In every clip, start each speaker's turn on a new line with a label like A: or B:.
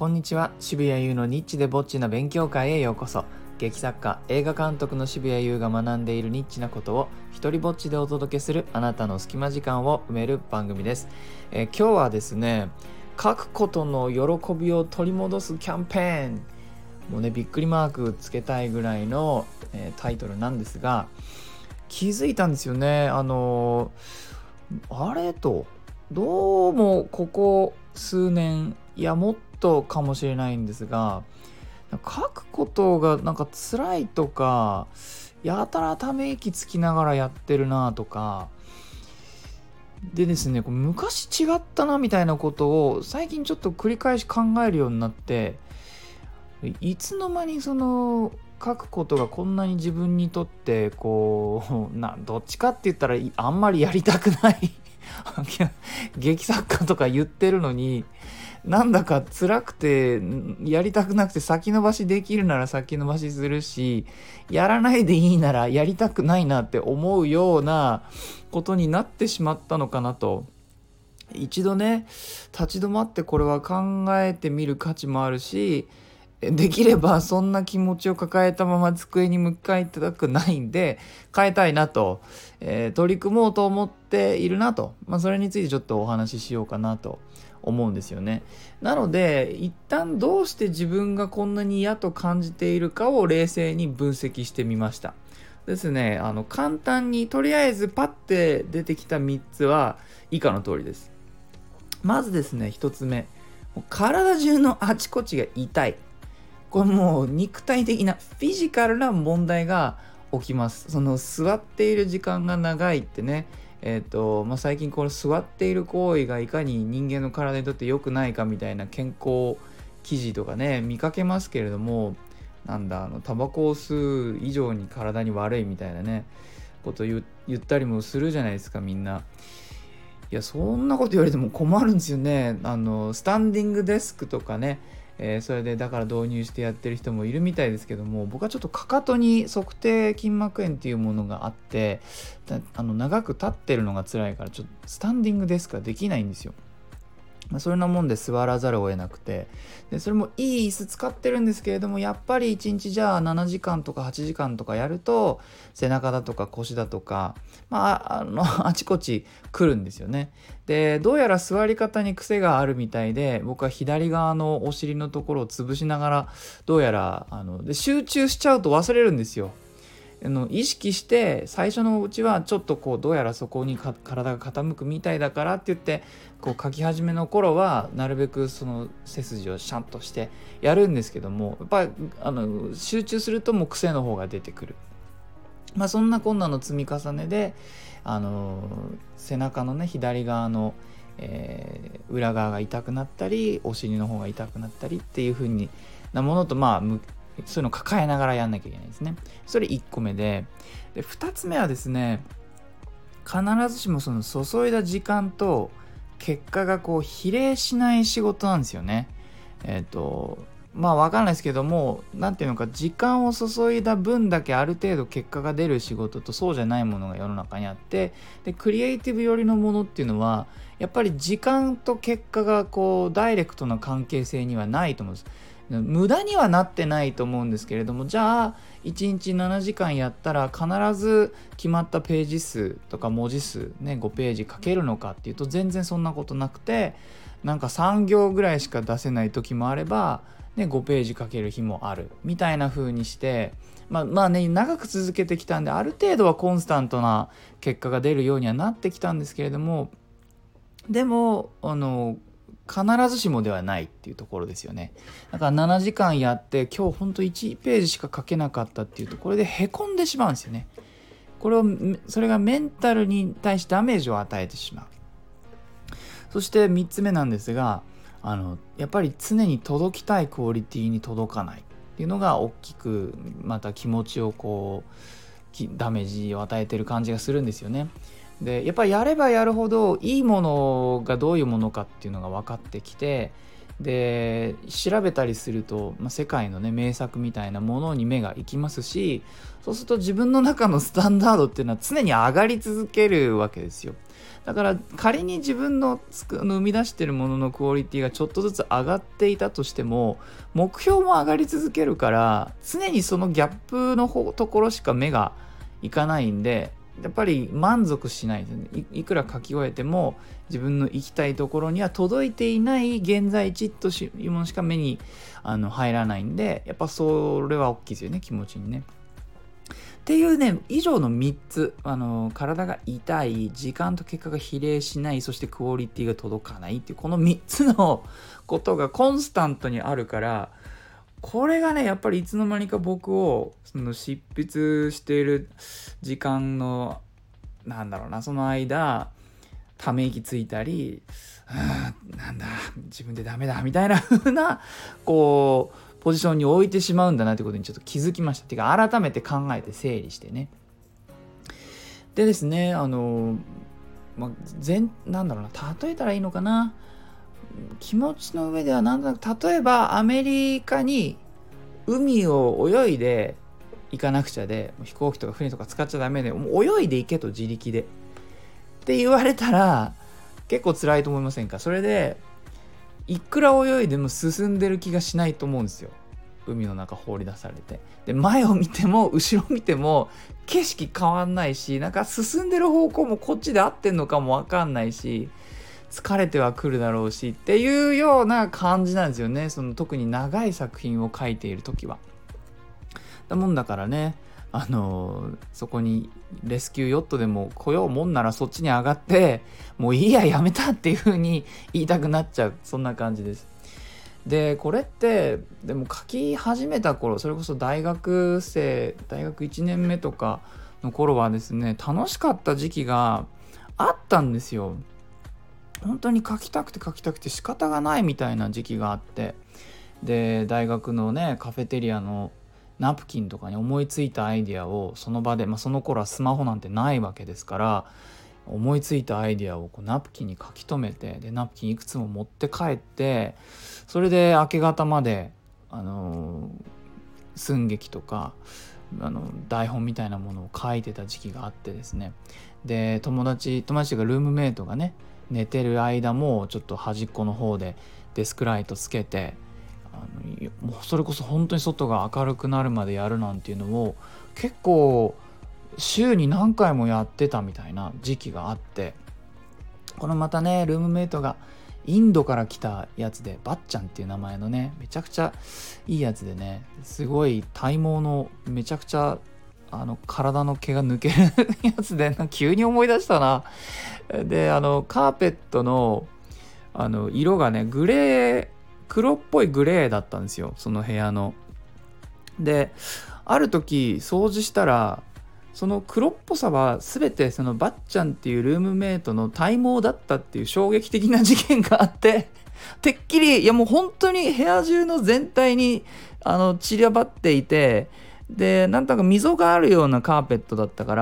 A: こんにちは。渋谷優のニッチでぼっちな勉強会へようこそ。劇作家、映画監督の渋谷優が学んでいるニッチなことを一人ぼっちでお届けするあなたの隙間時間を埋める番組です。今日はですね、書くことの喜びを取り戻すキャンペーン、もうねびっくりマークつけたいぐらいの、タイトルなんですが、気づいたんですよね。あれとどうもここ数年、いやもっとかもしれないんですが、書くことがなんか辛いとか、やたらため息つきながらやってるなとかでですね、昔違ったなみたいなことを最近ちょっと繰り返し考えるようになって、いつの間にその書くことがこんなに自分にとってどっちかって言ったらあんまりやりたくない劇作家とか言ってるのに、なんだか辛くてやりたくなくて、先延ばしできるなら先延ばしするし、やらないでいいならやりたくないなって思うようなことになってしまったのかなと、一度ね立ち止まってこれは考えてみる価値もあるし、できればそんな気持ちを抱えたまま机に向かいたくないんで変えたいなと、取り組もうと思っているなと、それについてちょっとお話ししようかなと思うんですよね。なので一旦どうして自分がこんなに嫌と感じているかを冷静に分析してみましたですね。簡単にとりあえずパッて出てきた3つは以下の通りです。まずですね、1つ目、体中のあちこちが痛い。これもう肉体的なフィジカルな問題が起きます。その座っている時間が長いってね、最近この座っている行為がいかに人間の体にとって良くないかみたいな健康記事とかね見かけますけれども、タバコを吸う以上に体に悪いみたいなねこと言ったりもするじゃないですか、みんな。いや、そんなこと言われても困るんですよね。スタンディングデスクとかね、それでだから導入してやってる人もいるみたいですけども、僕はちょっとかかとに足底筋膜炎っていうものがあって、長く立ってるのが辛いから、ちょっとスタンディングデスクができないんですよ。それなもんで座らざるを得なくて、でそれもいい椅子使ってるんですけれども、やっぱり1日じゃあ7時間とか8時間とかやると背中だとか腰だとか、あちこち来るんですよね。でどうやら座り方に癖があるみたいで、僕は左側のお尻のところを潰しながら、どうやらで集中しちゃうと忘れるんですよ。意識して最初のうちはちょっとどうやらそこに体が傾くみたいだからって言って書き始めの頃はなるべくその背筋をシャンとしてやるんですけども、やっぱり集中するともう癖の方が出てくる。そんなこんなの積み重ねで背中のね左側の、裏側が痛くなったり、お尻の方が痛くなったりっていう風になものとそういうのを抱えながらやんなきゃいけないですね。それ1個目で、2つ目はですね、必ずしもその注いだ時間と結果が比例しない仕事なんですよね。わかんないですけども、なんていうのか、時間を注いだ分だけある程度結果が出る仕事とそうじゃないものが世の中にあって、でクリエイティブ寄りのものっていうのはやっぱり時間と結果がダイレクトな関係性にはないと思うんです。無駄にはなってないと思うんですけれども、じゃあ1日7時間やったら必ず決まったページ数とか文字数ね5ページ書けるのかっていうと、全然そんなことなくて、3行ぐらいしか出せない時もあれば、5ページ書ける日もあるみたいな風にして、長く続けてきたんで、ある程度はコンスタントな結果が出るようにはなってきたんですけれども、でも必ずしもではないっていうところですよね。だから7時間やって今日ほんと1ページしか書けなかったっていうと、これでへこんでしまうんですよね。それがメンタルに対してダメージを与えてしまう。そして3つ目なんですが、やっぱり常に届きたいクオリティに届かないっていうのが大きくまた気持ちをダメージを与えてる感じがするんですよね。でやっぱりやればやるほどいいものがどういうものかっていうのが分かってきて、 で調べたりすると、世界のね名作みたいなものに目が行きますし、そうすると自分の中のスタンダードっていうのは常に上がり続けるわけですよ。だから仮に自分の生み出してるもののクオリティがちょっとずつ上がっていたとしても、目標も上がり続けるから、常にそのギャップのところしか目がいかないんで、やっぱり満足しないですね。いくら書き終えても自分の行きたいところには届いていない現在地というものしか目に入らないんで、やっぱそれは大きいですよね、気持ちにね。っていうね、以上の3つ、体が痛い、時間と結果が比例しない、そしてクオリティが届かないっていうこの3つのことがコンスタントにあるから、これがねやっぱりいつの間にか僕をその執筆している時間のその間ため息ついたり、なんだ自分でダメだみたいな風なこうポジションに置いてしまうんだなということにちょっと気づきました。てか改めて考えて整理してね。でですね、例えたらいいのかな。気持ちの上では例えばアメリカに海を泳いで行かなくちゃで、飛行機とか船とか使っちゃダメで、もう泳いで行けと自力でって言われたら結構辛いと思いませんか。それでいくら泳いでも進んでる気がしないと思うんですよ。海の中放り出されて、で前を見ても後ろ見ても景色変わんないし、進んでる方向もこっちで合ってんのかも分かんないし、疲れてはくるだろうしっていうような感じなんですよね。その特に長い作品を書いている時は。だもんだからね、そこにレスキューヨットでも来ようもんならそっちに上がってもういいややめたっていう風に言いたくなっちゃう、そんな感じです。でこれってでも書き始めた頃、それこそ大学1年目とかの頃はですね、楽しかった時期があったんですよ。本当に書きたくて仕方がないみたいな時期があって、で大学のねカフェテリアのナプキンとかに思いついたアイデアをその場で、その頃はスマホなんてないわけですから、思いついたアイデアをナプキンに書き留めて、でナプキンいくつも持って帰って、それで明け方まで寸劇とか台本みたいなものを書いてた時期があってですね。で友達がルームメイトがね寝てる間もちょっと端っこの方でデスクライトつけて、もうそれこそ本当に外が明るくなるまでやるなんていうのを結構週に何回もやってたみたいな時期があって、このまたねルームメイトがインドから来たやつで、バッチャンっていう名前のねめちゃくちゃいいやつでね、すごい体毛のめちゃくちゃ体の毛が抜けるやつで、急に思い出したな。でカーペットの色がね黒っぽいグレーだったんですよ、その部屋の。である時掃除したら、その黒っぽさは全てそのバッチャンっていうルームメイトの体毛だったっていう衝撃的な事件があって、てっきりもう本当に部屋中の全体に散らばっていて、でなんとか溝があるようなカーペットだったから、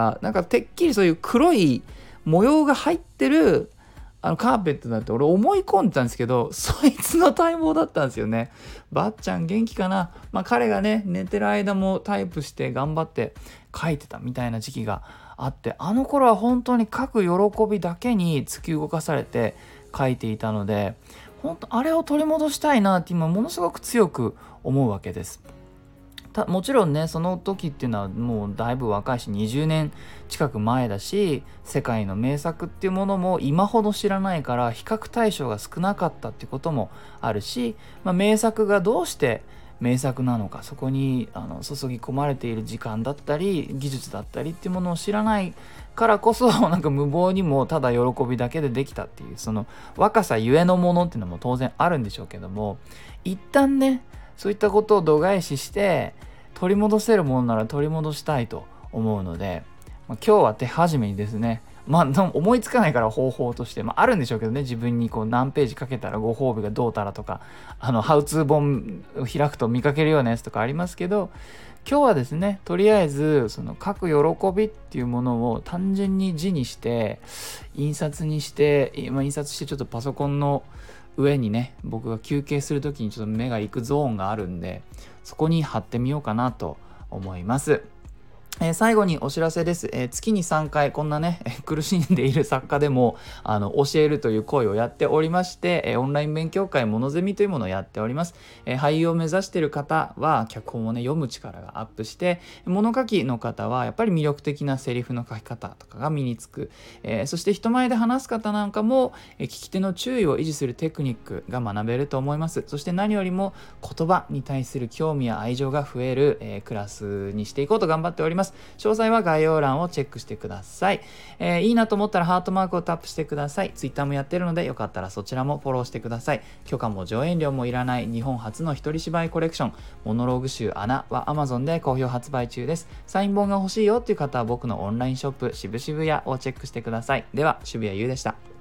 A: てっきりそういう黒い模様が入ってるカーペットだって俺思い込んでたんですけど、そいつの体毛だったんですよね。ばっちゃん元気かな。彼がね寝てる間もタイプして頑張って書いてたみたいな時期があって、あの頃は本当に書く喜びだけに突き動かされて書いていたので、本当あれを取り戻したいなって今ものすごく強く思うわけです。もちろんねその時っていうのはもうだいぶ若いし20年近く前だし、世界の名作っていうものも今ほど知らないから比較対象が少なかったっていうこともあるし、名作がどうして名作なのか、そこに注ぎ込まれている時間だったり技術だったりっていうものを知らないからこそ無謀にもただ喜びだけでできたっていう、その若さゆえのものっていうのも当然あるんでしょうけども、一旦ねそういったことを度外視して取り戻せるものなら取り戻したいと思うので、今日は手始めにですね、思いつかないから方法として、あるんでしょうけどね、自分に何ページかけたらご褒美がどうたらとかハウツー本を開くと見かけるようなやつとかありますけど、今日はですねとりあえずその書く喜びっていうものを単純に字にして印刷してちょっとパソコンの上にね、僕が休憩する時にちょっと目が行くゾーンがあるんで、そこに貼ってみようかなと思います。最後にお知らせです。月に3回こんなね、苦しんでいる作家でも教えるという行為をやっておりまして、オンライン勉強会ものゼミというものをやっております。俳優を目指している方は脚本をね読む力がアップして、物書きの方はやっぱり魅力的なセリフの書き方とかが身につく、そして人前で話す方なんかも、聞き手の注意を維持するテクニックが学べると思います。そして何よりも言葉に対する興味や愛情が増える、クラスにしていこうと頑張っております。詳細は概要欄をチェックしてください。いいなと思ったらハートマークをタップしてください。Twitter もやってるのでよかったらそちらもフォローしてください。許可も上演料もいらない日本初の一人芝居コレクションモノローグ集アナは Amazon で好評発売中です。サイン本が欲しいよっていう方は僕のオンラインショップ渋々屋をチェックしてください。では渋谷優でした。